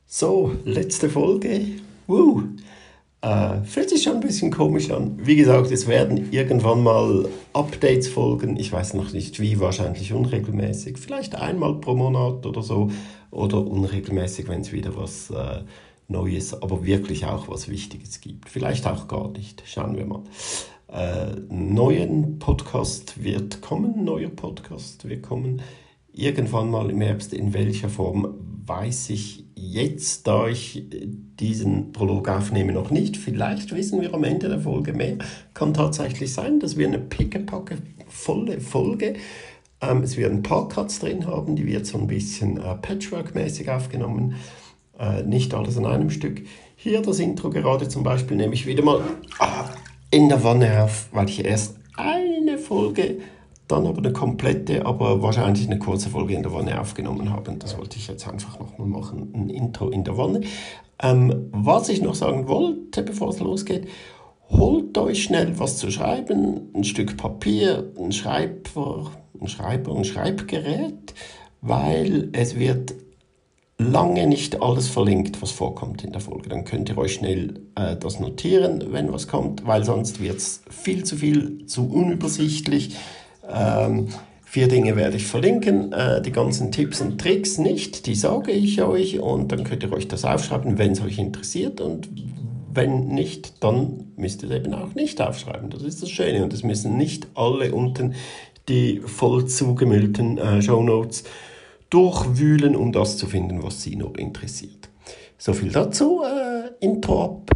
So, letzte Folge. Woo. Fühlt sich schon ein bisschen komisch an. Wie gesagt, es werden irgendwann mal Updates folgen. Ich weiß noch nicht wie, wahrscheinlich unregelmäßig. Vielleicht einmal pro Monat oder so. Oder unregelmäßig, wenn es wieder was Neues, aber wirklich auch was Wichtiges gibt. Vielleicht auch gar nicht. Schauen wir mal. Neuen Podcast wird kommen. Neuer Podcast wird kommen. Irgendwann mal im Herbst, in welcher Form, weiß ich jetzt, da ich diesen Prolog aufnehme, noch nicht. Vielleicht wissen wir am Ende der Folge mehr. Kann tatsächlich sein, dass wir eine pickepacke volle Folge. Es werden ein paar Cuts drin haben, die wird so ein bisschen Patchwork-mäßig aufgenommen. Nicht alles an einem Stück. Hier das Intro gerade zum Beispiel nehme ich wieder mal in der Wanne auf, weil ich erst eine Folge, dann aber eine komplette, aber wahrscheinlich eine kurze Folge in der Wanne aufgenommen habe. Und das wollte ich jetzt einfach nochmal machen, ein Intro in der Wanne. Was ich noch sagen wollte, bevor es losgeht, holt euch schnell was zu schreiben, ein Stück Papier, ein Schreiber, ein Schreibgerät, weil es wird lange nicht alles verlinkt, was vorkommt in der Folge. Dann könnt ihr euch schnell das notieren, wenn was kommt, weil sonst wird es viel, zu unübersichtlich. 4 Dinge werde ich verlinken, die ganzen Tipps und Tricks nicht, die sage ich euch und dann könnt ihr euch das aufschreiben, wenn es euch interessiert und wenn nicht, dann müsst ihr es eben auch nicht aufschreiben. Das ist das Schöne und es müssen nicht alle unten die voll zugemüllten Shownotes durchwühlen, um das zu finden, was sie noch interessiert. So viel dazu, Intro ab.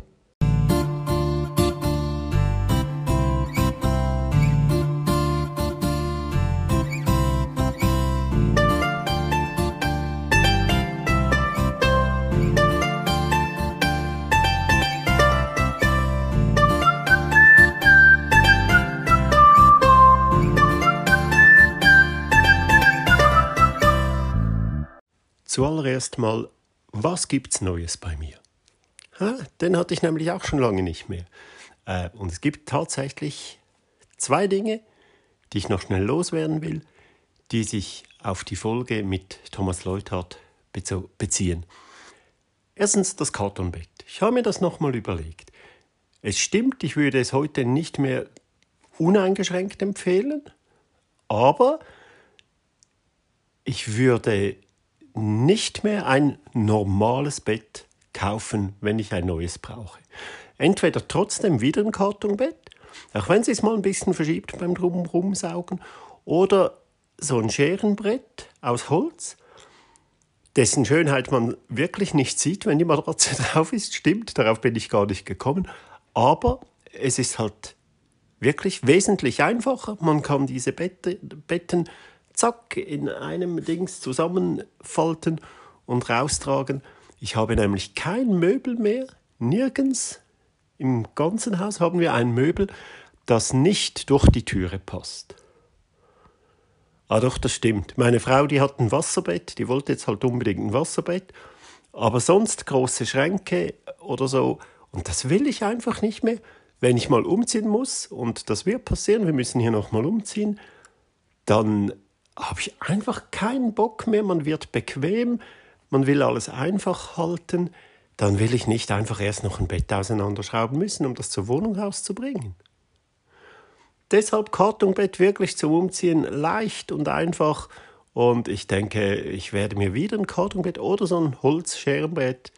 Zuallererst mal, was gibt's Neues bei mir? Den hatte ich nämlich auch schon lange nicht mehr. Und es gibt tatsächlich 2 Dinge, die ich noch schnell loswerden will, die sich auf die Folge mit Thomas Leuthard beziehen. Erstens das Kartonbett. Ich habe mir das nochmal überlegt. Es stimmt, ich würde es heute nicht mehr uneingeschränkt empfehlen, aber ich würde nicht mehr ein normales Bett kaufen, wenn ich ein neues brauche. Entweder trotzdem wieder ein Kartonbett, auch wenn es sich mal ein bisschen verschiebt beim Rumsaugen, oder so ein Scherenbrett aus Holz, dessen Schönheit man wirklich nicht sieht, wenn die Matratze drauf ist. Stimmt, darauf bin ich gar nicht gekommen. Aber es ist halt wirklich wesentlich einfacher. Man kann diese Betten zack, in einem Dings zusammenfalten und raustragen. Ich habe nämlich kein Möbel mehr, nirgends. Im ganzen Haus haben wir ein Möbel, das nicht durch die Türe passt. Doch, das stimmt. Meine Frau, die hat ein Wasserbett, die wollte jetzt halt unbedingt ein Wasserbett, aber sonst große Schränke oder so. Und das will ich einfach nicht mehr. Wenn ich mal umziehen muss, und das wird passieren, wir müssen hier noch mal umziehen, dann habe ich einfach keinen Bock mehr, man wird bequem, man will alles einfach halten, dann will ich nicht einfach erst noch ein Bett auseinanderschrauben müssen, um das zur Wohnung rauszubringen. Deshalb Kartonbett wirklich zum Umziehen leicht und einfach und ich denke, ich werde mir wieder ein Kartonbett oder so ein Holzscherenbrett,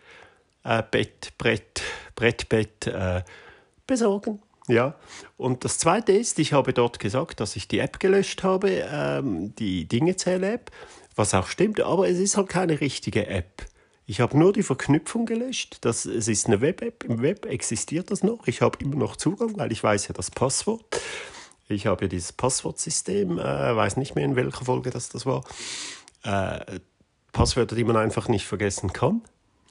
Brettbett besorgen. Ja, und das Zweite ist, ich habe dort gesagt, dass ich die App gelöscht habe, die Dingezähl-App, was auch stimmt, aber es ist halt keine richtige App. Ich habe nur die Verknüpfung gelöscht, es ist eine Web-App, im Web existiert das noch, ich habe immer noch Zugang, weil ich weiß ja das Passwort. Ich habe ja dieses Passwortsystem, weiß nicht mehr in welcher Folge das war, Passwörter, die man einfach nicht vergessen kann.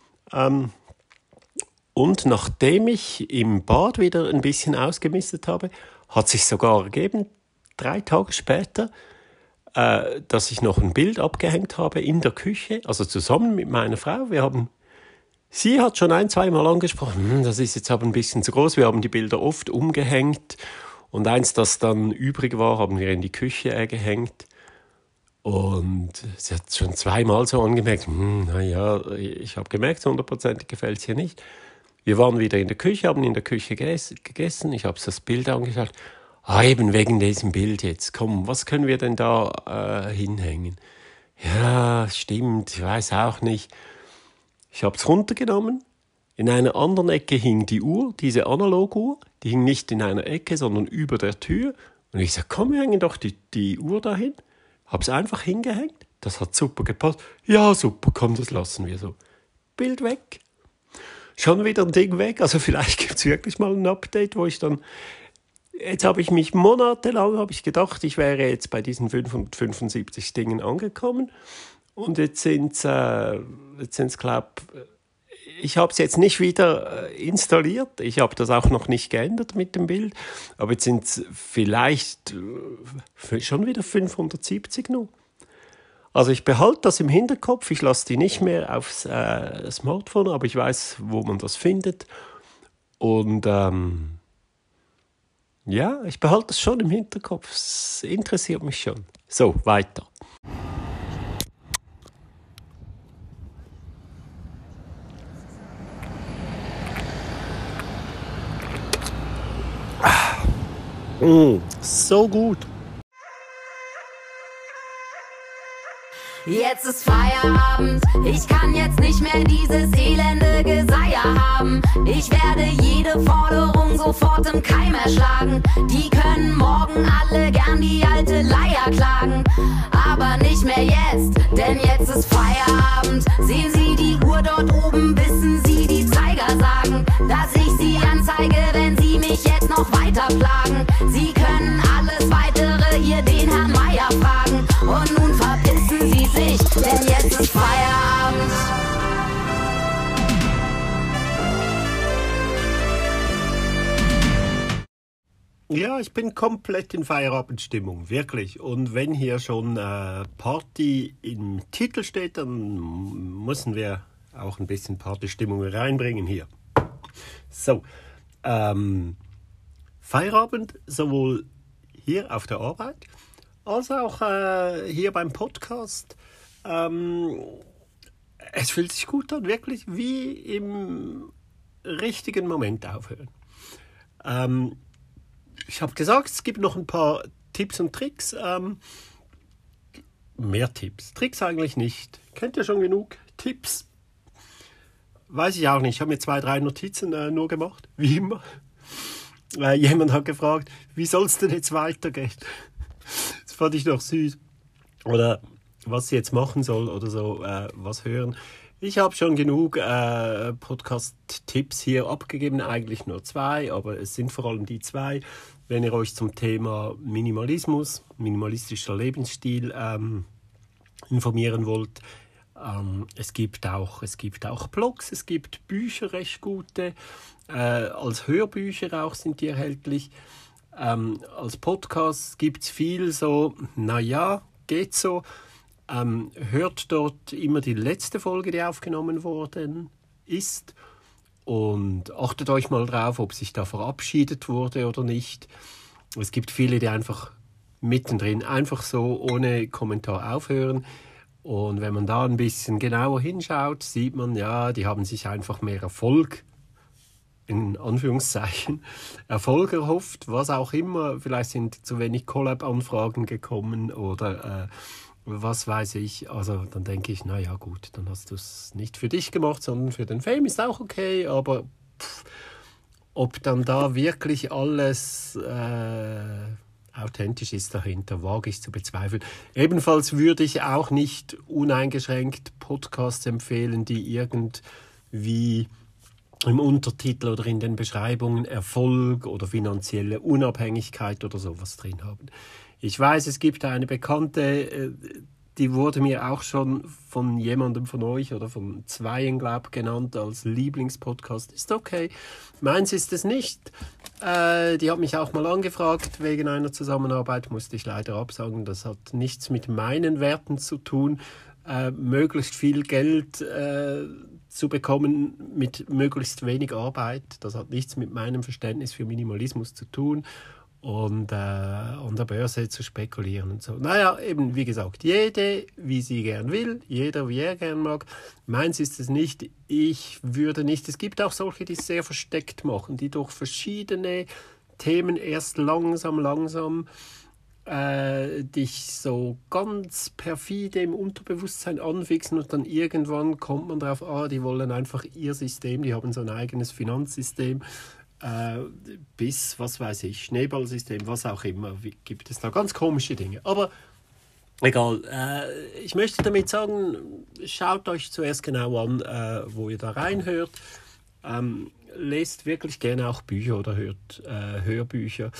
Und nachdem ich im Bad wieder ein bisschen ausgemistet habe, hat sich sogar ergeben, 3 Tage später, dass ich noch ein Bild abgehängt habe in der Küche, also zusammen mit meiner Frau. Sie hat schon 1-2 Mal angesprochen, das ist jetzt aber ein bisschen zu groß, wir haben die Bilder oft umgehängt und eins, das dann übrig war, haben wir in die Küche gehängt. Und sie hat schon zweimal so angemerkt, ich habe gemerkt, 100% gefällt es ihr nicht. Wir waren wieder in der Küche, haben in der Küche gegessen. Ich habe das Bild angeschaut. Eben wegen diesem Bild jetzt. Komm, was können wir denn da hinhängen? Ja, stimmt, ich weiß auch nicht. Ich habe es runtergenommen. In einer anderen Ecke hing die Uhr, diese Analoguhr. Die hing nicht in einer Ecke, sondern über der Tür. Und ich sage, komm, wir hängen doch die Uhr dahin. Habe es einfach hingehängt. Das hat super gepasst. Ja, super, komm, das lassen wir so. Bild weg. Schon wieder ein Ding weg. Also vielleicht gibt es wirklich mal ein Update, wo ich dann... Jetzt habe ich mich monatelang gedacht, ich wäre jetzt bei diesen 575 Dingen angekommen. Und jetzt sind es, glaube ich, habe es jetzt nicht wieder installiert. Ich habe das auch noch nicht geändert mit dem Bild. Aber jetzt sind es vielleicht schon wieder 570 nur. Also ich behalte das im Hinterkopf. Ich lasse die nicht mehr aufs Smartphone, aber ich weiß, wo man das findet. Und ja, ich behalte das schon im Hinterkopf. Es interessiert mich schon. So, weiter. So gut. Jetzt ist Feierabend, ich kann jetzt nicht mehr dieses elende Geseier haben. Ich werde jede Forderung sofort im Keim erschlagen. Die können morgen alle gern die alte Leier klagen. Aber nicht mehr jetzt, denn jetzt ist Feierabend. Sehen Sie die Uhr dort oben, wissen Sie die Zeiger sagen, dass ich Sie anzeige, wenn Sie mich jetzt noch weiter plagen. Sie können alles weitere hier den Herrn Meier fragen. Und nun verpissen Sie sich, denn jetzt ist Feierabend. Ja, ich bin komplett in Feierabendstimmung, wirklich. Und wenn hier schon Party im Titel steht, dann müssen wir auch ein bisschen Partystimmung reinbringen hier. So, Feierabend sowohl hier auf der Arbeit als auch hier beim Podcast. Es fühlt sich gut an, wirklich wie im richtigen Moment aufhören. Ich habe gesagt, es gibt noch ein paar Tipps und Tricks. Mehr Tipps. Tricks eigentlich nicht. Kennt ihr schon genug Tipps? Weiß ich auch nicht. Ich habe mir 2-3 Notizen nur gemacht, wie immer. Jemand hat gefragt, wie soll es denn jetzt weitergehen? Das fand ich noch süß. Oder was sie jetzt machen soll oder so, was hören. Ich habe schon genug Podcast-Tipps hier abgegeben, eigentlich nur 2, aber es sind vor allem die 2. Wenn ihr euch zum Thema Minimalismus, minimalistischer Lebensstil informieren wollt, es gibt auch Blogs, es gibt Bücher, recht gute, als Hörbücher auch sind die erhältlich. Als Podcast gibt es viel so, geht so. Hört dort immer die letzte Folge, die aufgenommen worden ist. Und achtet euch mal drauf, ob sich da verabschiedet wurde oder nicht. Es gibt viele, die einfach mittendrin einfach so ohne Kommentar aufhören. Und wenn man da ein bisschen genauer hinschaut, sieht man, ja, die haben sich einfach mehr Erfolg, in Anführungszeichen, Erfolg erhofft, was auch immer. Vielleicht sind zu wenig Collab-Anfragen gekommen oder was weiß ich. Also dann denke ich, naja gut, dann hast du es nicht für dich gemacht, sondern für den Fame, ist auch okay, aber ob dann da wirklich alles authentisch ist dahinter, wage ich zu bezweifeln. Ebenfalls würde ich auch nicht uneingeschränkt Podcasts empfehlen, die irgendwie im Untertitel oder in den Beschreibungen Erfolg oder finanzielle Unabhängigkeit oder sowas drin haben. Ich weiß, es gibt eine Bekannte, die wurde mir auch schon von jemandem von euch oder von Zweien, glaube ich, genannt als Lieblingspodcast. Ist okay. Meins ist es nicht. Die hat mich auch mal angefragt wegen einer Zusammenarbeit, musste ich leider absagen. Das hat nichts mit meinen Werten zu tun, möglichst viel Geld zu bekommen mit möglichst wenig Arbeit. Das hat nichts mit meinem Verständnis für Minimalismus zu tun. und an der Börse zu spekulieren und so. Naja, eben wie gesagt, jede, wie sie gern will, jeder, wie er gern mag. Meins ist es nicht. Ich würde nicht, es gibt auch solche, die es sehr versteckt machen, die durch verschiedene Themen erst langsam dich so ganz perfide im Unterbewusstsein anfixen und dann irgendwann kommt man drauf, die wollen einfach ihr System, die haben so ein eigenes Finanzsystem, bis, was weiß ich, Schneeballsystem, was auch immer, gibt es da ganz komische Dinge. Aber egal, ich möchte damit sagen, schaut euch zuerst genau an, wo ihr da reinhört. Lest wirklich gerne auch Bücher oder hört Hörbücher.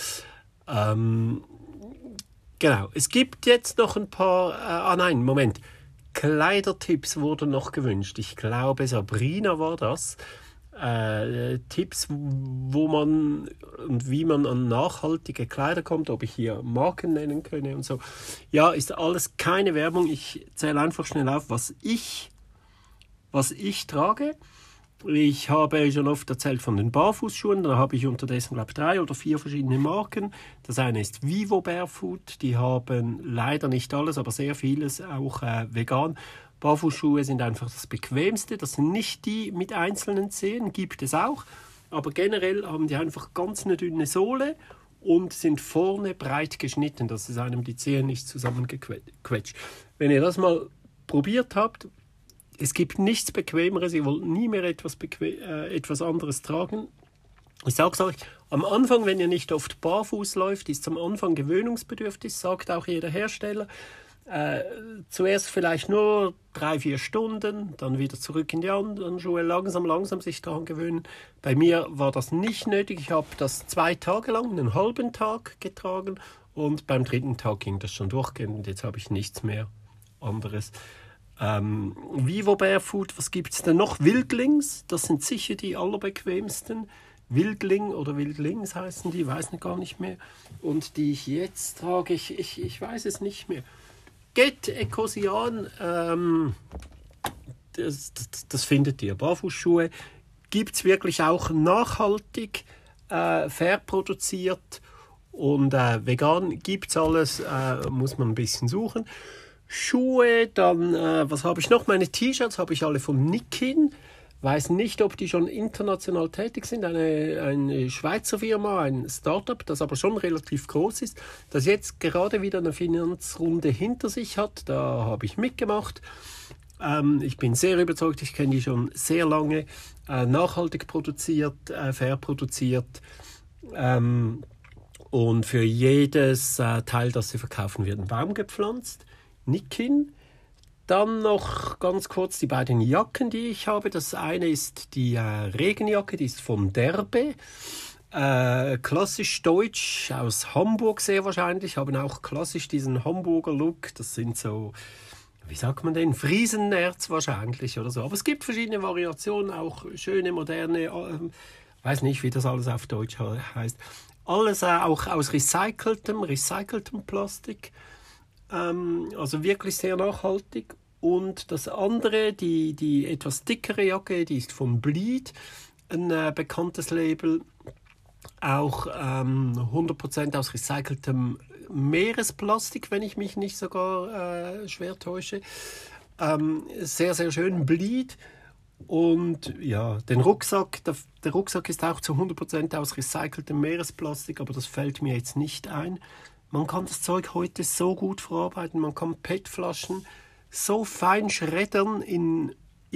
Genau, es gibt jetzt noch ein paar, Kleidertipps wurden noch gewünscht. Ich glaube, Sabrina war das. Tipps, wo man und wie man an nachhaltige Kleider kommt, ob ich hier Marken nennen könne und so. Ja, ist alles keine Werbung. Ich zähle einfach schnell auf, was ich trage. Ich habe schon oft erzählt von den Barfußschuhen. Da habe ich unterdessen, glaube ich, 3 oder 4 verschiedene Marken. Das eine ist Vivo Barefoot. Die haben leider nicht alles, aber sehr vieles auch vegan. Barfußschuhe sind einfach das Bequemste. Das sind nicht die mit einzelnen Zehen, gibt es auch. Aber generell haben die einfach ganz eine dünne Sohle und sind vorne breit geschnitten, dass es einem die Zehen nicht zusammengequetscht. Wenn ihr das mal probiert habt, es gibt nichts Bequemeres, ihr wollt nie mehr etwas anderes tragen. Ich sage es euch, am Anfang, wenn ihr nicht oft barfuß läuft, ist es am Anfang gewöhnungsbedürftig, sagt auch jeder Hersteller. Zuerst vielleicht nur 3-4 Stunden, dann wieder zurück in die anderen Schuhe, langsam sich daran gewöhnen. Bei mir war das nicht nötig, ich habe das 2 Tage lang, einen halben Tag getragen und beim 3. Tag ging das schon durchgehend und jetzt habe ich nichts mehr anderes. Vivo Barefoot, was gibt es denn noch? Wildlings, das sind sicher die allerbequemsten. Wildling oder Wildlings heißen die, weiß gar nicht mehr. Und die ich jetzt trage, ich weiß es nicht mehr. Get Ecosian, das findet ihr. Barfußschuhe gibt es wirklich auch nachhaltig, fair produziert und vegan gibt es alles, muss man ein bisschen suchen. Schuhe, dann, was habe ich noch? Meine T-Shirts habe ich alle von Nikin. Weiß nicht, ob die schon international tätig sind. Eine Schweizer Firma, ein Startup, das aber schon relativ groß ist, das jetzt gerade wieder eine Finanzrunde hinter sich hat. Da habe ich mitgemacht. Ich bin sehr überzeugt, ich kenne die schon sehr lange. Nachhaltig produziert, fair produziert. Und für jedes Teil, das sie verkaufen, wird ein Baum gepflanzt. Nikin. Dann noch ganz kurz die beiden Jacken, die ich habe. Das eine ist die Regenjacke, die ist von Derbe. Klassisch deutsch, aus Hamburg sehr wahrscheinlich. Haben auch klassisch diesen Hamburger Look. Das sind so, wie sagt man denn, Friesenerz wahrscheinlich oder so. Aber es gibt verschiedene Variationen, auch schöne, moderne, weiß nicht, wie das alles auf Deutsch heißt. Alles auch aus recyceltem Plastik. Also wirklich sehr nachhaltig. Und das andere, die etwas dickere Jacke, die ist von Bleed, ein bekanntes Label. Auch 100% aus recyceltem Meeresplastik, wenn ich mich nicht sogar schwer täusche. Sehr, sehr schön, Bleed. Und ja, den Rucksack, der Rucksack ist auch zu 100% aus recyceltem Meeresplastik, aber das fällt mir jetzt nicht ein. Man kann das Zeug heute so gut verarbeiten, man kann PET-Flaschen so fein schreddern in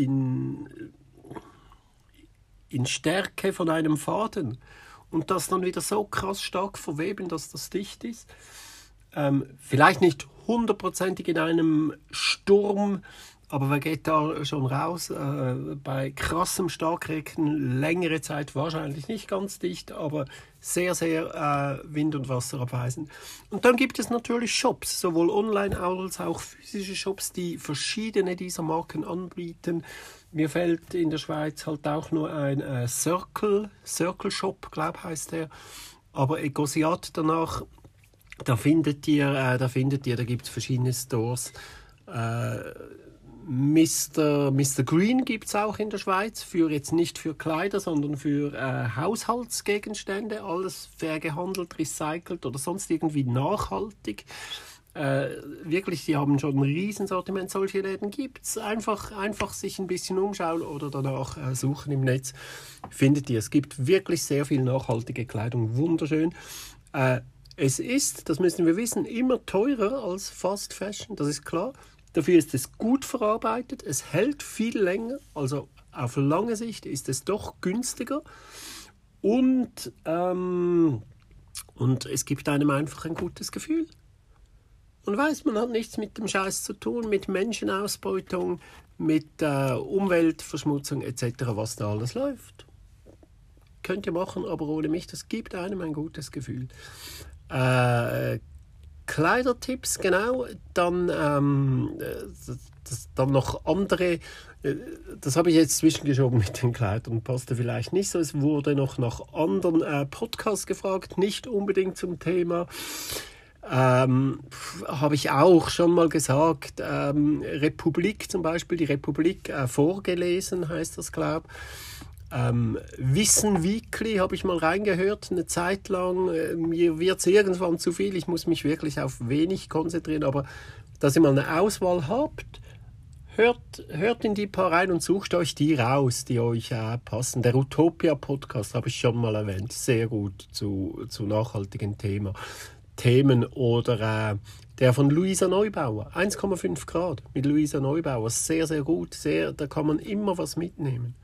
Stärke von einem Faden und das dann wieder so krass stark verweben, dass das dicht ist. Vielleicht nicht 100%ig in einem Sturm, aber wer geht da schon raus? Bei krassem Starkregen, längere Zeit wahrscheinlich nicht ganz dicht, aber sehr, sehr wind- und wasserabweisend. Und dann gibt es natürlich Shops, sowohl online als auch physische Shops, die verschiedene dieser Marken anbieten. Mir fällt in der Schweiz halt auch nur ein Circle Shop, glaube ich, heißt der. Aber Ecosiat danach, da gibt es verschiedene Stores. Mr. Green gibt es auch in der Schweiz, jetzt nicht für Kleider, sondern für Haushaltsgegenstände, alles fair gehandelt, recycelt oder sonst irgendwie nachhaltig. Wirklich, die haben schon ein Riesensortiment, solche Läden gibt es. Einfach sich ein bisschen umschauen oder danach suchen im Netz, findet ihr. Es gibt wirklich sehr viel nachhaltige Kleidung, wunderschön. Es ist, das müssen wir wissen, immer teurer als Fast Fashion, das ist klar. Dafür ist es gut verarbeitet, es hält viel länger, also auf lange Sicht ist es doch günstiger und es gibt einem einfach ein gutes Gefühl. Man weiß, man hat nichts mit dem Scheiß zu tun, mit Menschenausbeutung, mit Umweltverschmutzung etc., was da alles läuft. Könnt ihr machen, aber ohne mich, das gibt einem ein gutes Gefühl. Kleidertipps, genau, dann noch andere, das habe ich jetzt zwischengeschoben mit den Kleidern, passte vielleicht nicht so, es wurde noch nach anderen Podcasts gefragt, nicht unbedingt zum Thema, habe ich auch schon mal gesagt, Republik zum Beispiel, die Republik vorgelesen heißt das, glaube ich. Wissen Weekly habe ich mal reingehört, eine Zeit lang. Mir wird es irgendwann zu viel, ich muss mich wirklich auf wenig konzentrieren, aber dass ihr mal eine Auswahl habt, hört in die paar rein und sucht euch die raus, die euch passen. Der Utopia-Podcast habe ich schon mal erwähnt, sehr gut zu nachhaltigen Themen oder der von Luisa Neubauer, 1,5 Grad mit Luisa Neubauer, sehr, sehr gut, da kann man immer was mitnehmen.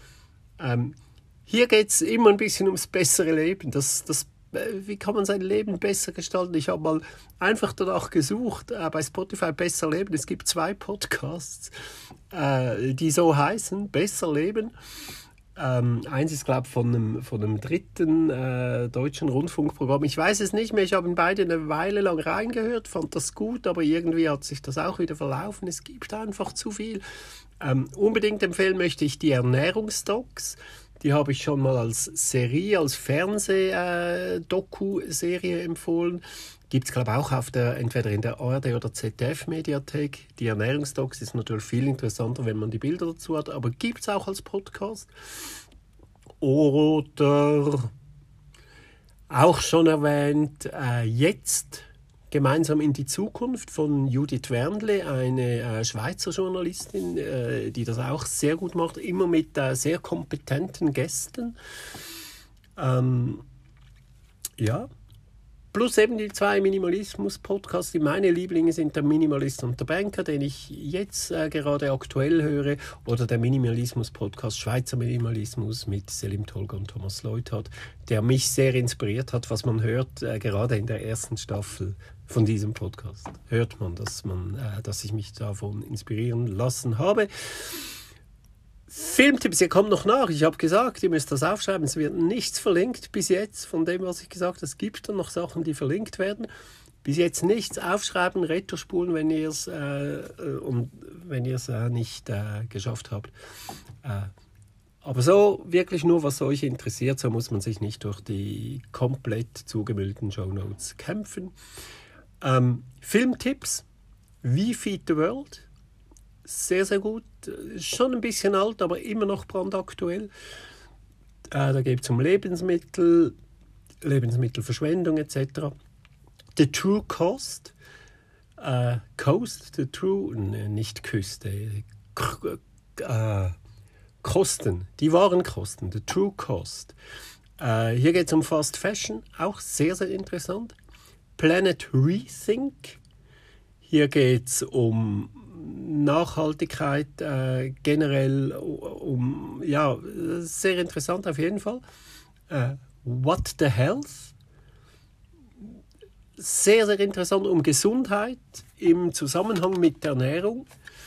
Hier geht es immer ein bisschen ums bessere Leben. Wie kann man sein Leben besser gestalten? Ich habe mal einfach danach gesucht, bei Spotify Besser Leben. Es gibt 2 Podcasts, die so heißen, Besser Leben. Eins ist, glaube ich, von einem dritten deutschen Rundfunkprogramm. Ich weiß es nicht mehr, ich habe in beide eine Weile lang reingehört, fand das gut, aber irgendwie hat sich das auch wieder verlaufen. Es gibt einfach zu viel. Unbedingt empfehlen möchte ich die Ernährungsdocs. Die habe ich schon mal als Serie, als Fernseh-Doku-Serie empfohlen. Gibt es, glaube ich, auch entweder in der ARD oder ZDF-Mediathek. Die Ernährungsdocs ist natürlich viel interessanter, wenn man die Bilder dazu hat, aber gibt es auch als Podcast. Oder auch schon erwähnt, jetzt gemeinsam in die Zukunft von Judith Wernle, eine Schweizer Journalistin, die das auch sehr gut macht, immer mit sehr kompetenten Gästen. Ja. Plus eben die 2 Minimalismus-Podcasts. Meine Lieblinge sind der Minimalist und der Banker, den ich jetzt gerade aktuell höre, oder der Minimalismus-Podcast Schweizer Minimalismus mit Selim Tolga und Thomas Leuthard, der mich sehr inspiriert hat, was man hört, gerade in der ersten Staffel von diesem Podcast. Hört man, dass ich mich davon inspirieren lassen habe. Filmtipps, ihr kommt noch nach. Ich habe gesagt, ihr müsst das aufschreiben. Es wird nichts verlinkt bis jetzt von dem, was ich gesagt habe. Es gibt dann noch Sachen, die verlinkt werden. Bis jetzt nichts aufschreiben, Retro-spulen, wenn ihr es nicht geschafft habt. Aber so wirklich nur, was euch interessiert, so muss man sich nicht durch die komplett zugemüllten Shownotes kämpfen. Filmtipps, We Feed the World. Sehr, sehr gut. Schon ein bisschen alt, aber immer noch brandaktuell. Da geht es um Lebensmittelverschwendung etc. The True Cost. The True, nicht Küste. Kosten, die wahren Kosten. The True Cost. Hier geht es um Fast Fashion, auch sehr, sehr interessant. Planet Rethink. Hier geht es um Nachhaltigkeit generell, sehr interessant auf jeden Fall. What the Health? Sehr, sehr interessant um Gesundheit im Zusammenhang mit der Ernährung.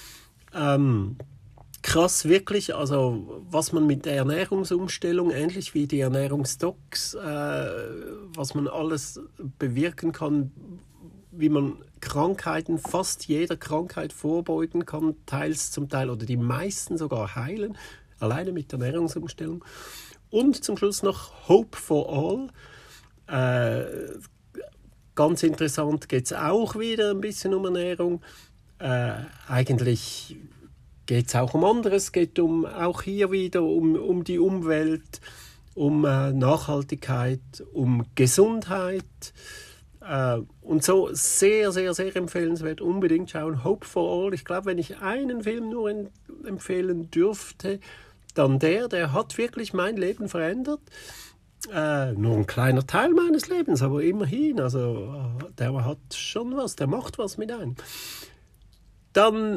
Krass wirklich, also was man mit der Ernährungsumstellung, ähnlich wie die Ernährungsdocs, was man alles bewirken kann, wie man Krankheiten, fast jeder Krankheit vorbeugen kann, teils zum Teil oder die meisten sogar heilen, alleine mit der Ernährungsumstellung. Und zum Schluss noch Hope for All. Ganz interessant geht es auch wieder ein bisschen um Ernährung. Eigentlich geht es auch um anderes. Es geht auch hier wieder um die Umwelt, um Nachhaltigkeit, um Gesundheit. Und so sehr, sehr, sehr empfehlenswert. Unbedingt schauen. Hope for All. Ich glaube, wenn ich einen Film nur empfehlen dürfte, dann der hat wirklich mein Leben verändert. Nur ein kleiner Teil meines Lebens, aber immerhin. Also der hat schon was, der macht was mit einem. Dann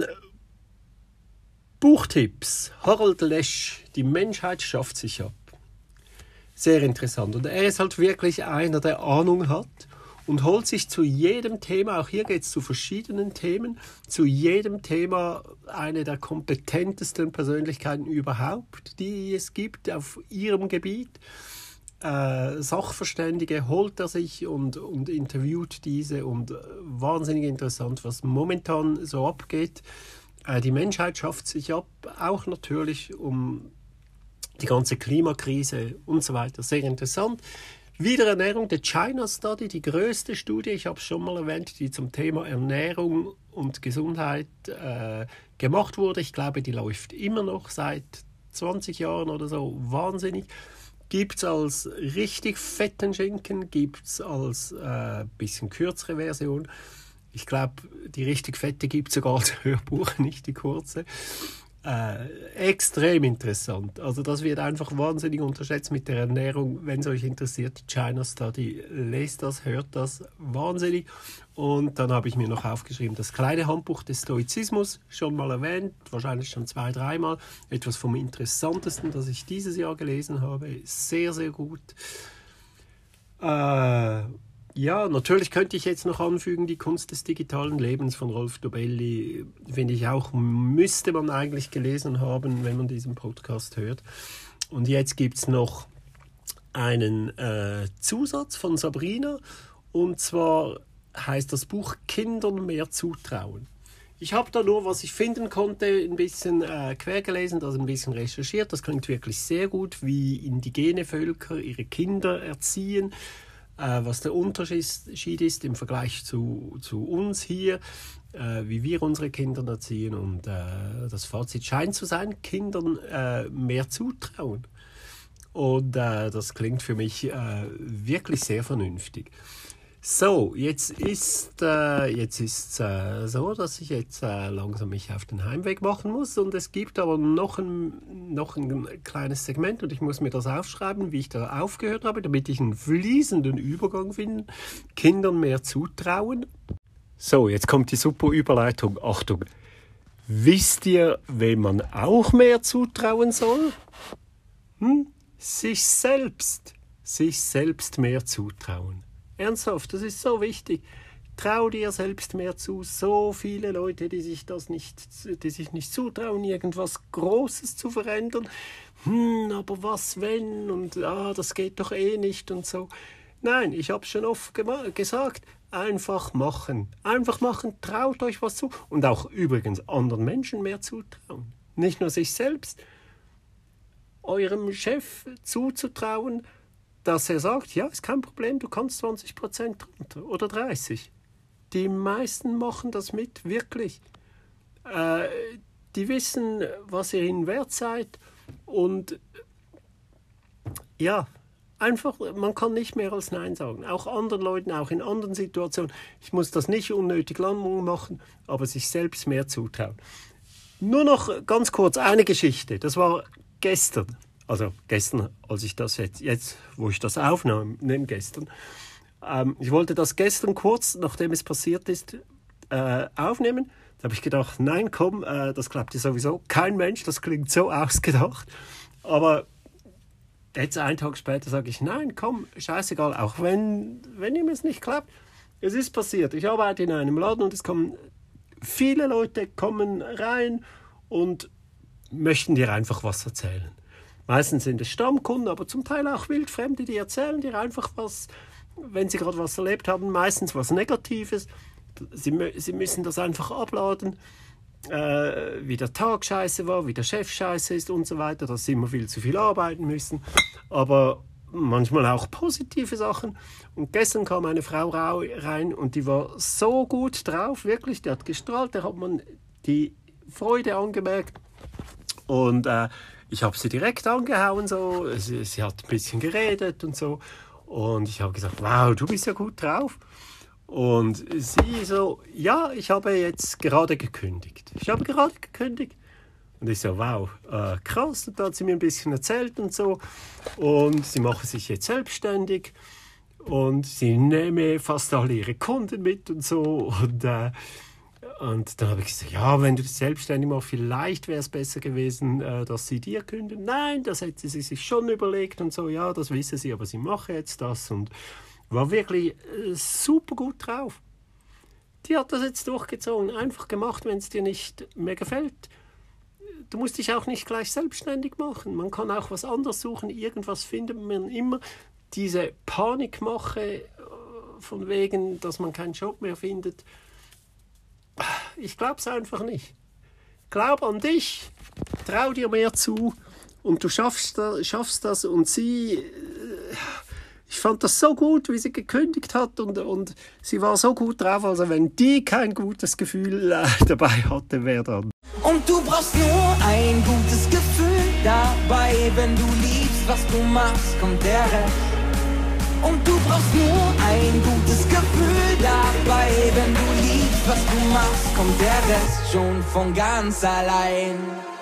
Buchtipps. Harald Lesch, Die Menschheit schafft sich ab. Sehr interessant. Und er ist halt wirklich einer, der Ahnung hat und holt sich zu jedem Thema, auch hier geht es zu verschiedenen Themen, zu jedem Thema eine der kompetentesten Persönlichkeiten überhaupt, die es gibt auf ihrem Gebiet. Sachverständige holt er sich und interviewt diese und wahnsinnig interessant, was momentan so abgeht. Die Menschheit schafft sich ab, auch natürlich um die ganze Klimakrise und so weiter. Sehr interessant. Wieder Ernährung, der China Study, die größte Studie, ich habe es schon mal erwähnt, die zum Thema Ernährung und Gesundheit gemacht wurde. Ich glaube, die läuft immer noch seit 20 Jahren oder so. Wahnsinnig. Gibt es als richtig fetten Schinken, gibt es als bisschen kürzere Version. Ich glaube, die richtig fette gibt es sogar als Hörbuch, nicht die kurze. Extrem interessant. Also das wird einfach wahnsinnig unterschätzt mit der Ernährung. Wenn es euch interessiert, China Study, lest das, hört das, wahnsinnig. Und dann habe ich mir noch aufgeschrieben, das kleine Handbuch des Stoizismus, schon mal erwähnt, wahrscheinlich schon 2-3 Mal. Etwas vom Interessantesten, das ich dieses Jahr gelesen habe. Sehr, sehr gut. Ja, natürlich könnte ich jetzt noch anfügen, die Kunst des digitalen Lebens von Rolf Dobelli, finde ich auch, müsste man eigentlich gelesen haben, wenn man diesen Podcast hört. Und jetzt gibt es noch einen Zusatz von Sabrina, und zwar heißt das Buch Kindern mehr zutrauen. Ich habe da nur, was ich finden konnte, ein bisschen quer gelesen, also ein bisschen recherchiert. Das klingt wirklich sehr gut, wie indigene Völker ihre Kinder erziehen, was der Unterschied ist im Vergleich zu uns hier, wie wir unsere Kinder erziehen. Und das Fazit scheint zu sein, Kindern mehr zutrauen. Und das klingt für mich wirklich sehr vernünftig. So, jetzt ist so, dass ich jetzt langsam mich auf den Heimweg machen muss, und es gibt aber noch ein kleines Segment, und ich muss mir das aufschreiben, wie ich da aufgehört habe, damit ich einen fließenden Übergang finde. Kindern mehr zutrauen. So, jetzt kommt die super Überleitung. Achtung. Wisst ihr, wem man auch mehr zutrauen soll? Sich selbst mehr zutrauen. Ernsthaft, das ist so wichtig. Trau dir selbst mehr zu. So viele Leute, die sich nicht zutrauen, irgendwas Großes zu verändern. Aber was wenn? Und das geht doch eh nicht und so. Nein, ich habe es schon oft gesagt. Einfach machen. Einfach machen, traut euch was zu. Und auch übrigens anderen Menschen mehr zutrauen. Nicht nur sich selbst. Eurem Chef zuzutrauen, dass er sagt, ja, ist kein Problem, du kannst 20% runter oder 30%. Die meisten machen das mit, wirklich. Die wissen, was ihr ihnen wert seid, und ja, einfach, man kann nicht mehr als Nein sagen. Auch anderen Leuten, auch in anderen Situationen. Ich muss das nicht unnötig lang machen, aber sich selbst mehr zutrauen. Nur noch ganz kurz eine Geschichte, das war gestern. Also gestern, als ich das jetzt wo ich das aufnehme, gestern. Ich wollte das gestern kurz, nachdem es passiert ist, aufnehmen. Da habe ich gedacht, nein, komm, das klappt ja sowieso. Kein Mensch, das klingt so ausgedacht. Aber jetzt einen Tag später sage ich, nein, komm, scheißegal, auch wenn ihm es nicht klappt. Es ist passiert. Ich arbeite in einem Laden und viele Leute kommen rein und möchten dir einfach was erzählen. Meistens sind es Stammkunden, aber zum Teil auch Wildfremde, die erzählen dir einfach was, wenn sie gerade was erlebt haben, meistens was Negatives. Sie müssen das einfach abladen, wie der Tag scheiße war, wie der Chef scheiße ist und so weiter, dass sie immer viel zu viel arbeiten müssen. Aber manchmal auch positive Sachen. Und gestern kam eine Frau rein und die war so gut drauf, wirklich, die hat gestrahlt, da hat man die Freude angemerkt. Und ich habe sie direkt angehauen, so. Sie hat ein bisschen geredet und so. Und ich habe gesagt, wow, du bist ja gut drauf. Und sie so, ja, ich habe jetzt gerade gekündigt. Und ich so, wow, krass. Und da hat sie mir ein bisschen erzählt und so. Und sie mache sich jetzt selbstständig. Und sie nehme fast alle ihre Kunden mit und so. Und dann habe ich gesagt, ja, wenn du dich selbstständig machst, vielleicht wäre es besser gewesen, dass sie dir kündigen. Nein, das hätte sie sich schon überlegt und so. Ja, das wisse sie, aber sie mache jetzt das. Und war wirklich super gut drauf. Die hat das jetzt durchgezogen, einfach gemacht, wenn es dir nicht mehr gefällt. Du musst dich auch nicht gleich selbstständig machen. Man kann auch was anderes suchen. Irgendwas findet man immer. Diese Panikmache von wegen, dass man keinen Job mehr findet, ich glaube es einfach nicht. Glaub an dich, trau dir mehr zu und du schaffst das. Und sie, ich fand das so gut, wie sie gekündigt hat und sie war so gut drauf. Also wenn die kein gutes Gefühl dabei hatte, wer dann? Und du brauchst nur ein gutes Gefühl dabei, wenn du liebst, was du machst, kommt der Rest. Und du brauchst nur ein gutes Gefühl dabei, wenn du liebst, was du machst, kommt der Rest schon von ganz allein.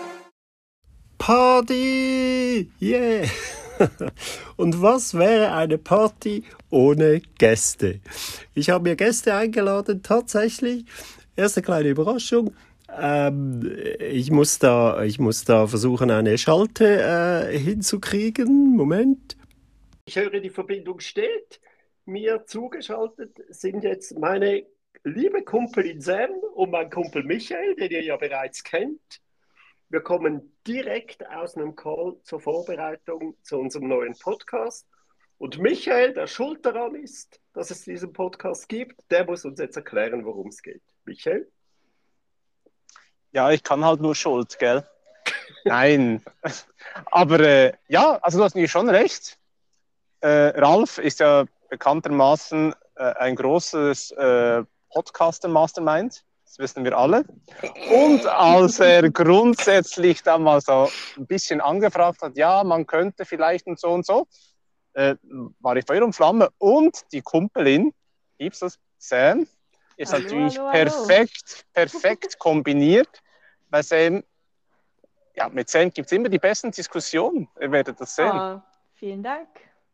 Party! Yeah! Und was wäre eine Party ohne Gäste? Ich habe mir Gäste eingeladen, tatsächlich. Erste kleine Überraschung. Ich muss da versuchen, eine Schalte hinzukriegen. Moment. Ich höre, die Verbindung steht. Mir zugeschaltet sind jetzt meine liebe Kumpelin Sam und mein Kumpel Michael, den ihr ja bereits kennt. Wir kommen direkt aus einem Call zur Vorbereitung zu unserem neuen Podcast. Und Michael, der schuld daran ist, dass es diesen Podcast gibt, der muss uns jetzt erklären, worum es geht. Michael? Ja, ich kann halt nur Schuld, gell? Nein. Aber ja, also du hast natürlich schon recht. Ralf ist ja bekanntermaßen ein großes Podcaster-Mastermind. Das wissen wir alle. Und als er grundsätzlich dann mal so ein bisschen angefragt hat, ja, man könnte vielleicht und so, war ich Feuer und Flamme. Und die Kumpelin, Ipsos Sam, ist natürlich perfekt kombiniert. Bei Sam, ja, mit Sam gibt es immer die besten Diskussionen. Ihr werdet das sehen. Oh, vielen Dank.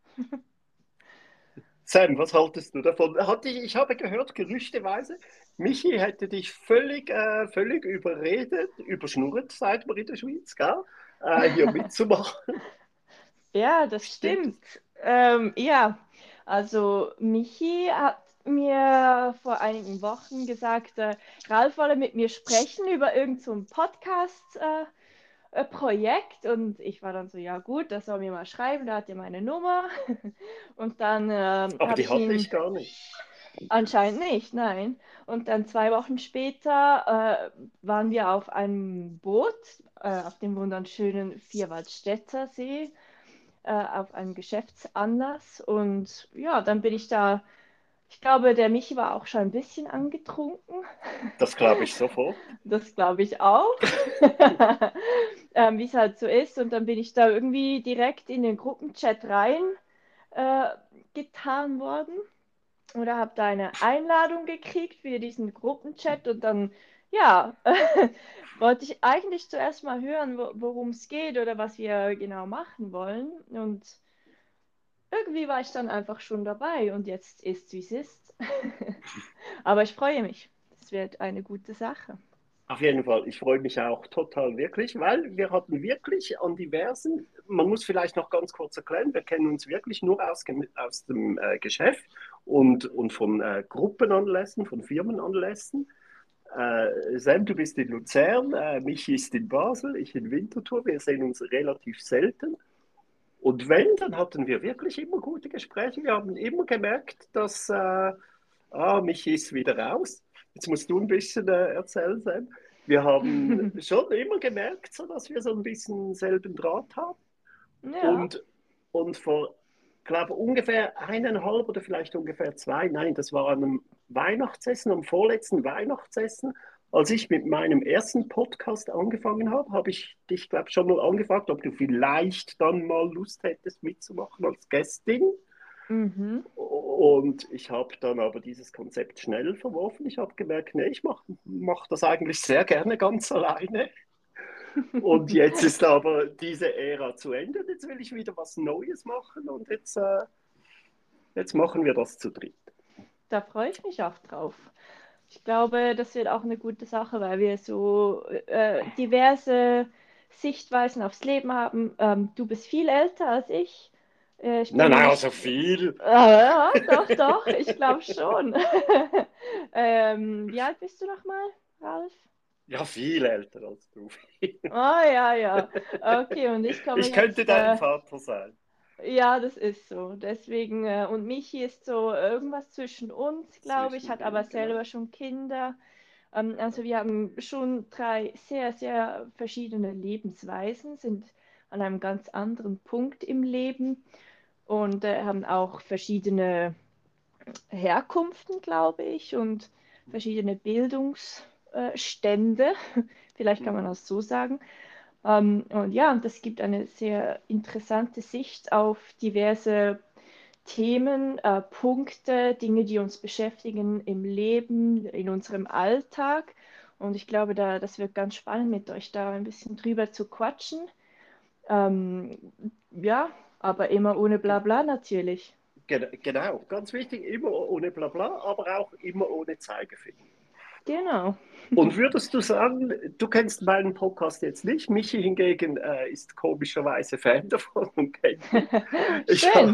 Sam, was haltest du davon? Ich habe gehört, gerüchteweise, Michi hätte dich völlig überschnurrt, sagt man in der Schweiz, gell? Hier mitzumachen. Ja, das stimmt. Ja, also Michi hat mir vor einigen Wochen gesagt, Ralf wolle mit mir sprechen über irgend so ein Podcast-Projekt und ich war dann so, ja gut, das soll mir mal schreiben, da hat er meine Nummer und dann Aber die hatte ich gar nicht. Anscheinend nicht, nein. Und dann 2 Wochen später waren wir auf einem Boot auf dem wunderschönen Vierwaldstätter See auf einem Geschäftsanlass und ja, dann bin ich da. Ich glaube, der Michi war auch schon ein bisschen angetrunken. Das glaube ich sofort. Das glaube ich auch. Wie es halt so ist. Und dann bin ich da irgendwie direkt in den Gruppenchat rein getan worden. Oder habe da eine Einladung gekriegt für diesen Gruppenchat. Und dann, ja, wollte ich eigentlich zuerst mal hören, worum es geht oder was wir genau machen wollen. Und irgendwie war ich dann einfach schon dabei und jetzt ist, wie es ist. Aber ich freue mich. Es wird eine gute Sache. Auf jeden Fall, ich freue mich auch total wirklich, weil wir hatten wirklich an diversen, man muss vielleicht noch ganz kurz erklären, wir kennen uns wirklich nur aus dem Geschäft und von Gruppenanlässen, von Firmenanlässen. Sam, du bist in Luzern, Michi ist in Basel, ich in Winterthur, wir sehen uns relativ selten. Und wenn, dann hatten wir wirklich immer gute Gespräche. Wir haben immer gemerkt, dass Michi ist wieder raus. Jetzt musst du ein bisschen erzählen, Sam. Wir haben schon immer gemerkt, so, dass wir so ein bisschen selben Draht haben. Ja. Und vor, glaube ungefähr 1,5 oder vielleicht ungefähr 2, nein, das war an einem Weihnachtsessen, am vorletzten Weihnachtsessen, als ich mit meinem ersten Podcast angefangen habe, habe ich dich, glaube ich, schon mal angefragt, ob du vielleicht dann mal Lust hättest mitzumachen als Gästin. Und ich habe dann aber dieses Konzept schnell verworfen. Ich habe gemerkt, nee, ich mach das eigentlich sehr gerne ganz alleine. Und jetzt ist aber diese Ära zu Ende. Jetzt will ich wieder was Neues machen und jetzt machen wir das zu dritt. Da freue ich mich auch drauf. Ich glaube, das wird auch eine gute Sache, weil wir so diverse Sichtweisen aufs Leben haben. Du bist viel älter als ich. Ich bin Nein, nämlich, also viel. ja, doch, ich glaube schon. Wie alt bist du nochmal, Ralf? Ja, viel älter als du. Ah, ja. Okay, und ich komme Ich könnte jetzt, dein Vater sein. ja, das ist so. Deswegen, und Michi ist so irgendwas zwischen uns, glaube ich, hat aber Genau. selber schon Kinder. Also wir haben schon 3 sehr, sehr verschiedene Lebensweisen, sind an einem ganz anderen Punkt im Leben und haben auch verschiedene Herkunften, glaube ich, und verschiedene Bildungsstände. Vielleicht kann man das so sagen. Und ja, und das gibt eine sehr interessante Sicht auf diverse Themen, Punkte, Dinge, die uns beschäftigen im Leben, in unserem Alltag. Und ich glaube, das wird ganz spannend mit euch da ein bisschen drüber zu quatschen. Ähm, ja, aber immer ohne Blabla natürlich. Genau, ganz wichtig, immer ohne Blabla, aber auch immer ohne Zeigefinger. Genau. Und würdest du sagen, du kennst meinen Podcast jetzt nicht, Michi hingegen ist komischerweise Fan davon und kennt ihn. Ich habe Schön.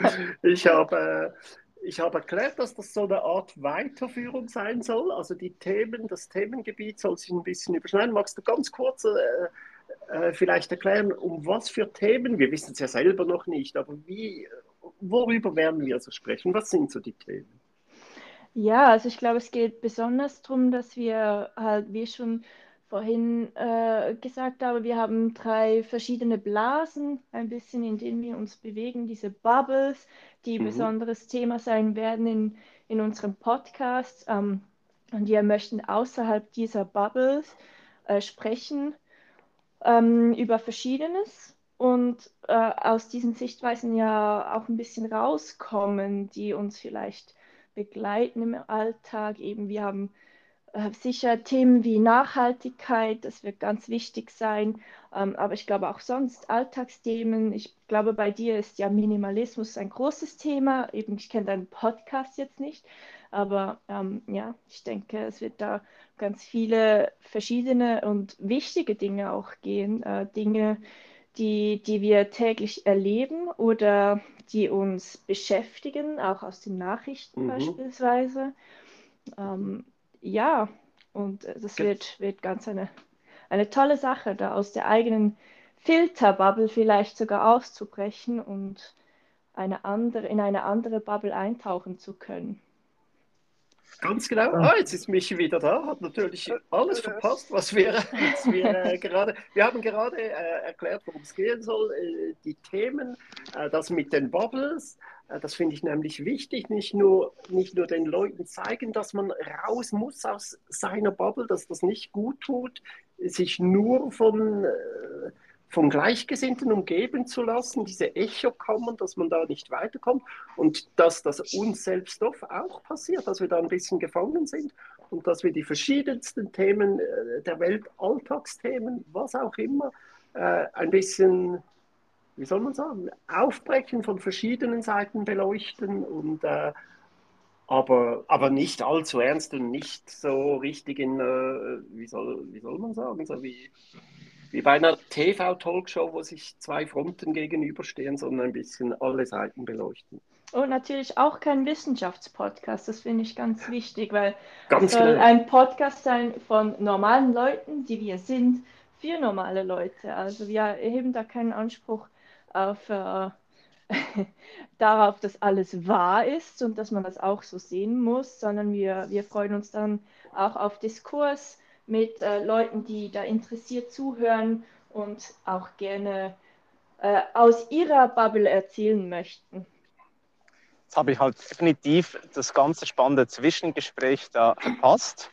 ich hab erklärt, dass das so eine Art Weiterführung sein soll. Also das Themengebiet soll sich ein bisschen überschneiden. Magst du ganz kurz vielleicht erklären, um was für Themen? Wir wissen es ja selber noch nicht, aber worüber werden wir so sprechen? Was sind so die Themen? Ja, also ich glaube, es geht besonders darum, dass wir halt, wie schon vorhin gesagt habe, wir haben 3 verschiedene Blasen, ein bisschen, in denen wir uns bewegen, diese Bubbles, die Mhm. besonderes Thema sein werden in unserem Podcast. Und wir möchten außerhalb dieser Bubbles sprechen über Verschiedenes und aus diesen Sichtweisen ja auch ein bisschen rauskommen, die uns vielleicht begleiten im Alltag. Eben, wir haben sicher Themen wie Nachhaltigkeit, das wird ganz wichtig sein, aber ich glaube auch sonst Alltagsthemen. Ich glaube, bei dir ist ja Minimalismus ein großes Thema. Eben, ich kenne deinen Podcast jetzt nicht, aber ja, ich denke, es wird da ganz viele verschiedene und wichtige Dinge auch gehen. Dinge, die wir täglich erleben oder die uns beschäftigen, auch aus den Nachrichten Mhm. beispielsweise. Ähm, ja, und das Ge- wird ganz eine tolle Sache, da aus der eigenen Filterbubble vielleicht sogar auszubrechen und in eine andere Bubble eintauchen zu können. Ganz genau. Ah, jetzt ist Michi wieder da, hat natürlich alles verpasst, wir haben gerade erklärt, worum es gehen soll, die Themen, das mit den Bubbles, das finde ich nämlich wichtig, nicht nur den Leuten zeigen, dass man raus muss aus seiner Bubble, dass das nicht gut tut, sich nur von Gleichgesinnten umgeben zu lassen, diese Echokammern, dass man da nicht weiterkommt und dass das uns selbst doch auch passiert, dass wir da ein bisschen gefangen sind und dass wir die verschiedensten Themen der Welt, Alltagsthemen, was auch immer, ein bisschen, wie soll man sagen, aufbrechen, von verschiedenen Seiten beleuchten und aber nicht allzu ernst und nicht so richtig wie soll man sagen, so wie bei einer TV-Talkshow, wo sich 2 Fronten gegenüberstehen, sondern ein bisschen alle Seiten beleuchten. Und natürlich auch kein Wissenschaftspodcast, das finde ich ganz wichtig, weil es Ganz soll genau. ein Podcast sein von normalen Leuten, die wir sind, für normale Leute. Also wir erheben da keinen Anspruch auf, darauf, dass alles wahr ist und dass man das auch so sehen muss, sondern wir freuen uns dann auch auf Diskurs mit Leuten, die da interessiert zuhören und auch gerne aus ihrer Bubble erzählen möchten. Jetzt habe ich halt definitiv das ganze spannende Zwischengespräch da verpasst.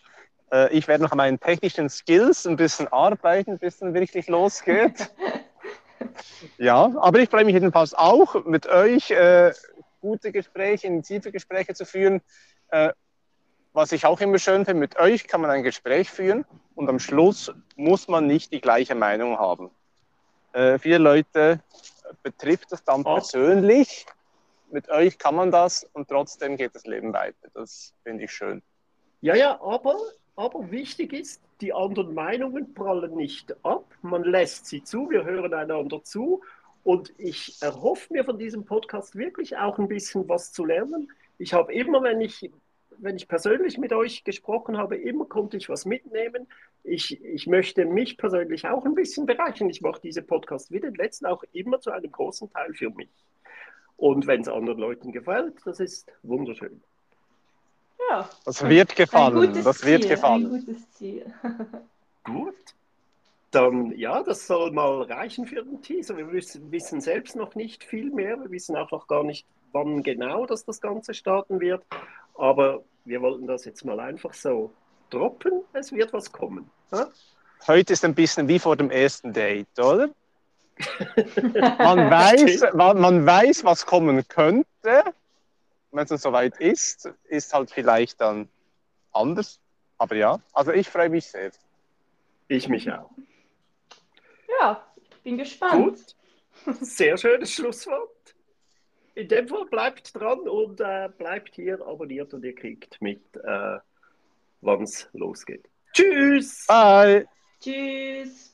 Ich werde noch an meinen technischen Skills ein bisschen arbeiten, bis es dann wirklich losgeht. Ja, aber ich freue mich jedenfalls auch, mit euch gute Gespräche, intensive Gespräche zu führen. Was ich auch immer schön finde, mit euch kann man ein Gespräch führen und am Schluss muss man nicht die gleiche Meinung haben. Viele Leute betrifft das dann persönlich. Mit euch kann man das und trotzdem geht das Leben weiter. Das finde ich schön. Ja, aber wichtig ist, die anderen Meinungen prallen nicht ab. Man lässt sie zu, wir hören einander zu. Und ich erhoffe mir von diesem Podcast wirklich auch ein bisschen was zu lernen. Ich habe immer, wenn ich persönlich mit euch gesprochen habe, immer konnte ich was mitnehmen. Ich möchte mich persönlich auch ein bisschen bereichern. Ich mache diese Podcast wie den letzten auch immer zu einem großen Teil für mich. Und wenn es anderen Leuten gefällt, das ist wunderschön. Ja. Das wird gefallen. Das wird gefallen. Ein gutes Ziel. Gut. Dann, ja, das soll mal reichen für den Teaser. Wir wissen selbst noch nicht viel mehr. Wir wissen auch noch gar nicht, wann genau das Ganze starten wird. Aber wir wollten das jetzt mal einfach so droppen. Es wird was kommen. Ha? Heute ist ein bisschen wie vor dem ersten Date, oder? Man weiß, was kommen könnte. Wenn es dann soweit ist, ist halt vielleicht dann anders. Aber ja, also ich freue mich sehr. Ich mich auch. Ja, ich bin gespannt. Gut. Sehr schönes Schlusswort. In dem Fall bleibt dran und bleibt hier abonniert und ihr kriegt mit, wann es losgeht. Tschüss! Bye! Tschüss!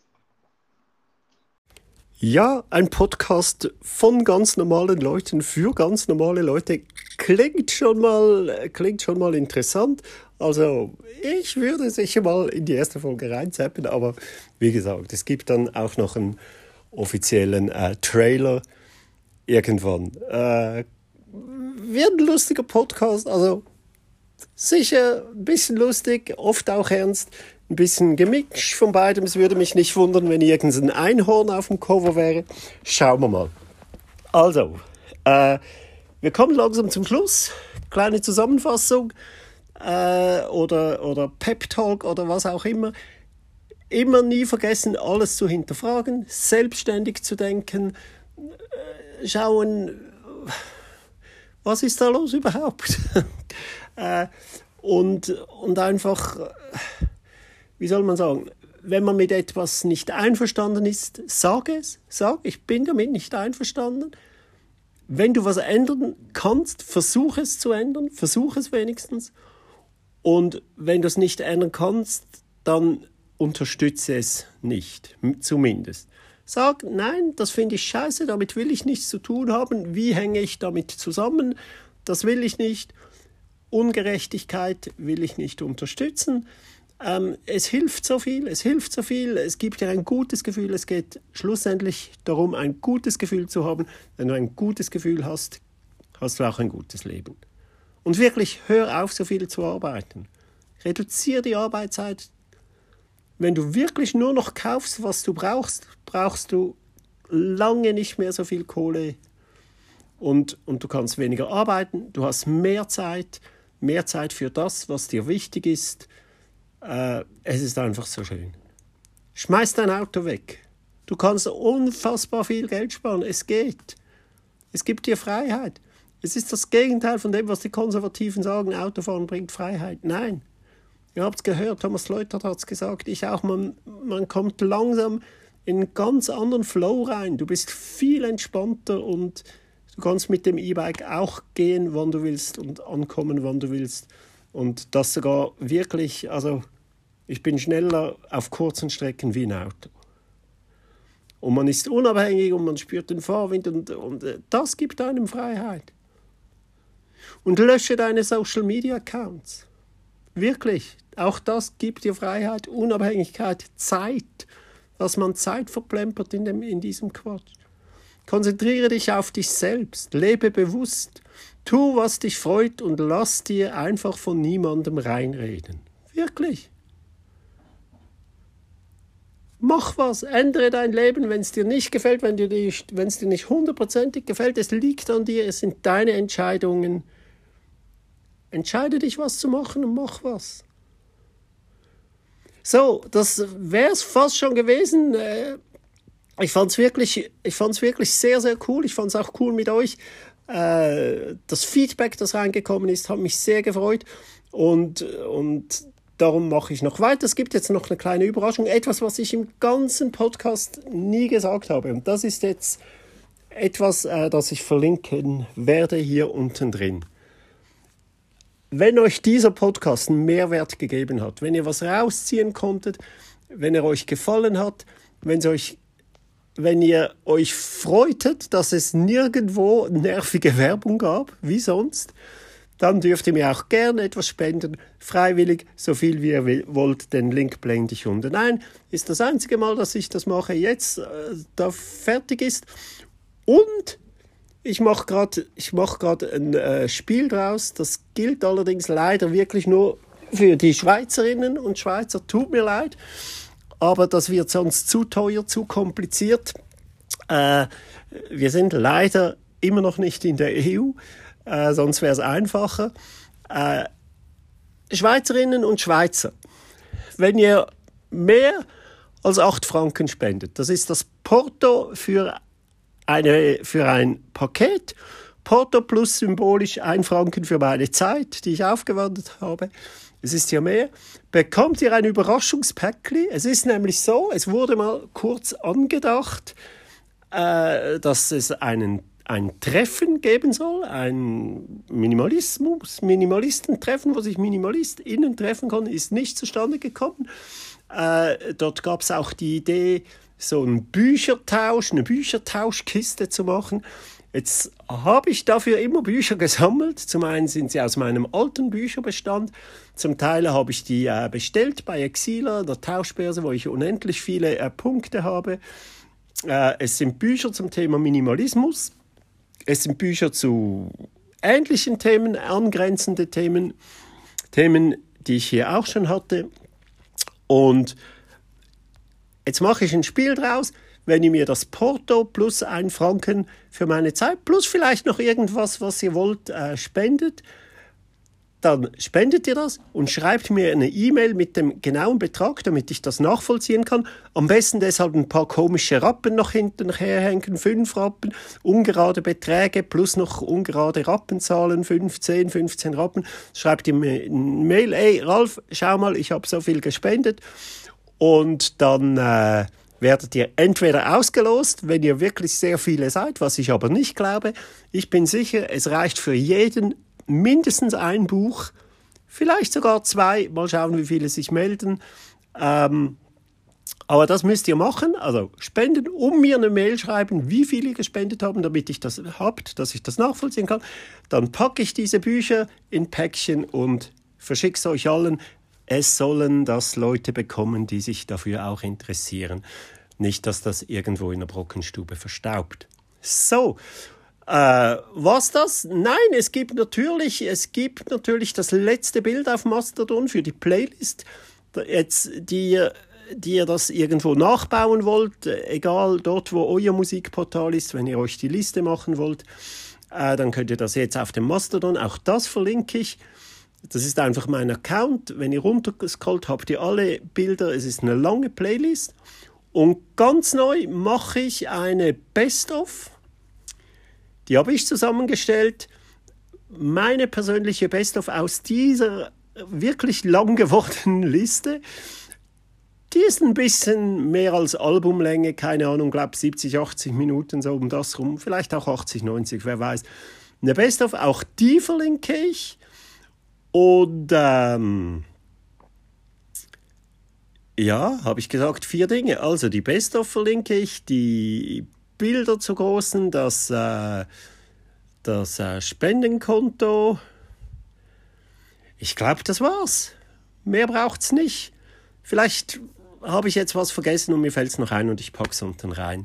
Ja, ein Podcast von ganz normalen Leuten für ganz normale Leute klingt schon mal interessant. Also ich würde sicher mal in die erste Folge reinzappen, aber wie gesagt, es gibt dann auch noch einen offiziellen Trailer irgendwann. Wird ein lustiger Podcast, also sicher ein bisschen lustig, oft auch ernst. Ein bisschen gemixt von beidem. Es würde mich nicht wundern, wenn irgendein Einhorn auf dem Cover wäre. Schauen wir mal. Also, wir kommen langsam zum Schluss. Kleine Zusammenfassung oder Pep-Talk oder was auch immer. Immer nie vergessen, alles zu hinterfragen, selbstständig zu denken, schauen, was ist da los überhaupt? Und einfach... Wie soll man sagen, wenn man mit etwas nicht einverstanden ist, sag es. Ich bin damit nicht einverstanden. Wenn du was ändern kannst, versuch es zu ändern. Versuch es wenigstens. Und wenn du es nicht ändern kannst, dann unterstütze es nicht, zumindest. Sag, nein, das finde ich scheiße, damit will ich nichts zu tun haben. Wie hänge ich damit zusammen? Das will ich nicht. Ungerechtigkeit will ich nicht unterstützen. Es hilft so viel, es gibt dir ein gutes Gefühl, es geht schlussendlich darum, ein gutes Gefühl zu haben. Wenn du ein gutes Gefühl hast, hast du auch ein gutes Leben. Und wirklich, hör auf, so viel zu arbeiten. Reduziere die Arbeitszeit. Wenn du wirklich nur noch kaufst, was du brauchst, brauchst du lange nicht mehr so viel Kohle und du kannst weniger arbeiten, du hast mehr Zeit für das, was dir wichtig ist. Es ist einfach so schön. Schmeiß dein Auto weg. Du kannst unfassbar viel Geld sparen. Es geht. Es gibt dir Freiheit. Es ist das Gegenteil von dem, was die Konservativen sagen, Autofahren bringt Freiheit. Nein. Ihr habt es gehört, Thomas Leutert hat es gesagt, ich auch. Man kommt langsam in einen ganz anderen Flow rein. Du bist viel entspannter und du kannst mit dem E-Bike auch gehen, wann du willst und ankommen, wann du willst. Und das sogar wirklich, also ich bin schneller auf kurzen Strecken wie ein Auto. Und man ist unabhängig und man spürt den Fahrwind und das gibt einem Freiheit. Und lösche deine Social-Media-Accounts. Wirklich, auch das gibt dir Freiheit, Unabhängigkeit, Zeit, dass man Zeit verplempert in diesem Quatsch. Konzentriere dich auf dich selbst, lebe bewusst, tu, was dich freut und lass dir einfach von niemandem reinreden. Wirklich. Mach was, ändere dein Leben, wenn es dir nicht gefällt, wenn es dir nicht 100%ig gefällt, es liegt an dir, es sind deine Entscheidungen. Entscheide dich, was zu machen und mach was. So, das wäre es fast schon gewesen. Ich fand es wirklich sehr, sehr cool. Ich fand es auch cool mit euch. Das Feedback, das reingekommen ist, hat mich sehr gefreut. Und darum mache ich noch weiter. Es gibt jetzt noch eine kleine Überraschung. Etwas, was ich im ganzen Podcast nie gesagt habe. Und das ist jetzt etwas, das ich verlinken werde hier unten drin. Wenn euch dieser Podcast einen Mehrwert gegeben hat, wenn ihr was rausziehen konntet, wenn er euch gefallen hat, wenn ihr euch freutet, dass es nirgendwo nervige Werbung gab, wie sonst, dann dürft ihr mir auch gerne etwas spenden, freiwillig, so viel wie ihr wollt. Den Link blende ich unten ein. Ist das einzige Mal, dass ich das mache, jetzt da fertig ist. Und ich mache gerade ein Spiel draus. Das gilt allerdings leider wirklich nur für die Schweizerinnen und Schweizer. Tut mir leid, aber das wird sonst zu teuer, zu kompliziert. Wir sind leider immer noch nicht in der EU, sonst wäre es einfacher. Schweizerinnen und Schweizer, wenn ihr mehr als 8 Franken spendet, das ist das Porto für ein Paket, Porto plus symbolisch 1 Franken für meine Zeit, die ich aufgewandt habe. Es ist ja mehr. Bekommt ihr ein Überraschungspäckli? Es ist nämlich so, es wurde mal kurz angedacht, dass es ein Treffen geben soll, ein Minimalistentreffen, wo sich MinimalistInnen treffen konnten, ist nicht zustande gekommen. Dort gab es auch die Idee, so einen Büchertausch, eine Büchertauschkiste zu machen. Jetzt habe ich dafür immer Bücher gesammelt. Zum einen sind sie aus meinem alten Bücherbestand. Zum Teil habe ich die bestellt bei Exila, der Tauschbörse, wo ich unendlich viele Punkte habe. Es sind Bücher zum Thema Minimalismus. Es sind Bücher zu ähnlichen Themen, angrenzende Themen, die ich hier auch schon hatte. Und jetzt mache ich ein Spiel draus, wenn ihr mir das Porto plus 1 Franken für meine Zeit, plus vielleicht noch irgendwas, was ihr wollt, spendet, dann spendet ihr das und schreibt mir eine E-Mail mit dem genauen Betrag, damit ich das nachvollziehen kann. Am besten deshalb ein paar komische Rappen noch hinten herhängen, 5 Rappen, ungerade Beträge plus noch ungerade Rappenzahlen, 15 Rappen. Schreibt ihr mir eine Mail, ey Ralf, schau mal, ich habe so viel gespendet. Und dann werdet ihr entweder ausgelost, wenn ihr wirklich sehr viele seid, was ich aber nicht glaube. Ich bin sicher, es reicht für jeden mindestens ein Buch, vielleicht sogar 2. Mal schauen, wie viele sich melden. Aber das müsst ihr machen, also spenden, mir eine Mail schreiben, wie viele ihr gespendet haben, damit ich das habt, dass ich das nachvollziehen kann. Dann packe ich diese Bücher in Päckchen und verschicke es euch allen. Es sollen das Leute bekommen, die sich dafür auch interessieren. Nicht, dass das irgendwo in der Brockenstube verstaubt. So, was das? Nein, es gibt natürlich das letzte Bild auf Mastodon für die Playlist. Jetzt, die ihr das irgendwo nachbauen wollt, egal dort, wo euer Musikportal ist, wenn ihr euch die Liste machen wollt, dann könnt ihr das jetzt auf dem Mastodon, auch das verlinke ich. Das ist einfach mein Account. Wenn ihr runterscrollt, habt ihr alle Bilder. Es ist eine lange Playlist. Und ganz neu mache ich eine Best-of. Die habe ich zusammengestellt. Meine persönliche Best-of aus dieser wirklich lang gewordenen Liste. Die ist ein bisschen mehr als Albumlänge. Keine Ahnung, glaube 70, 80 Minuten, so um das rum. Vielleicht auch 80, 90, wer weiß. Eine Best-of, auch die verlinke ich. Und ja, habe ich gesagt, 4 Dinge. Also die Best-of verlinke ich, die Bilder zu großen, das Spendenkonto. Ich glaube, das war's. Mehr braucht's nicht. Vielleicht habe ich jetzt was vergessen und mir fällt es noch ein und ich packe es unten rein.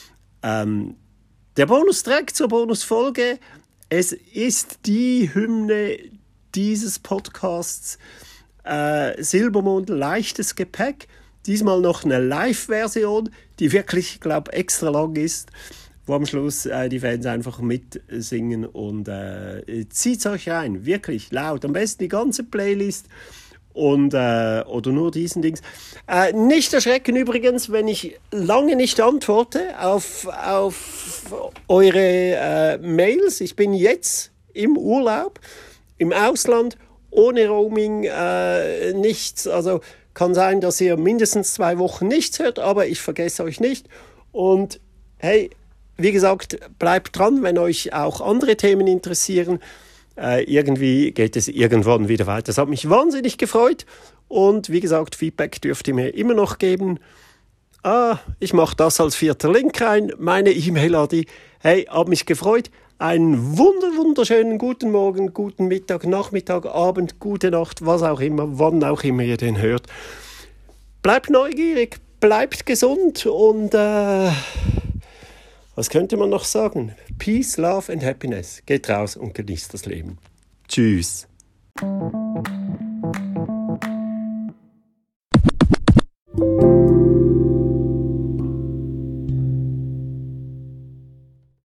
Der Bonustrack zur Bonusfolge. Es ist die Hymne dieses Podcasts, Silbermond, leichtes Gepäck. Diesmal noch eine Live-Version, die wirklich, ich glaube, extra lang ist, wo am Schluss die Fans einfach mitsingen und zieht euch rein, wirklich laut. Am besten die ganze Playlist oder nur diesen Dings. Nicht erschrecken übrigens, wenn ich lange nicht antworte auf eure Mails. Ich bin jetzt im Urlaub, im Ausland, ohne Roaming, nichts. Also kann sein, dass ihr mindestens 2 Wochen nichts hört, aber ich vergesse euch nicht. Und hey, wie gesagt, bleibt dran, wenn euch auch andere Themen interessieren. Irgendwie geht es irgendwann wieder weiter. Das hat mich wahnsinnig gefreut. Und wie gesagt, Feedback dürft ihr mir immer noch geben. Ich mache das als 4. Link rein. Meine E-Mail-ID. Hey, hat mich gefreut. Einen wunderschönen guten Morgen, guten Mittag, Nachmittag, Abend, gute Nacht, was auch immer, wann auch immer ihr den hört. Bleibt neugierig, bleibt gesund und was könnte man noch sagen? Peace, Love and Happiness. Geht raus und genießt das Leben. Tschüss.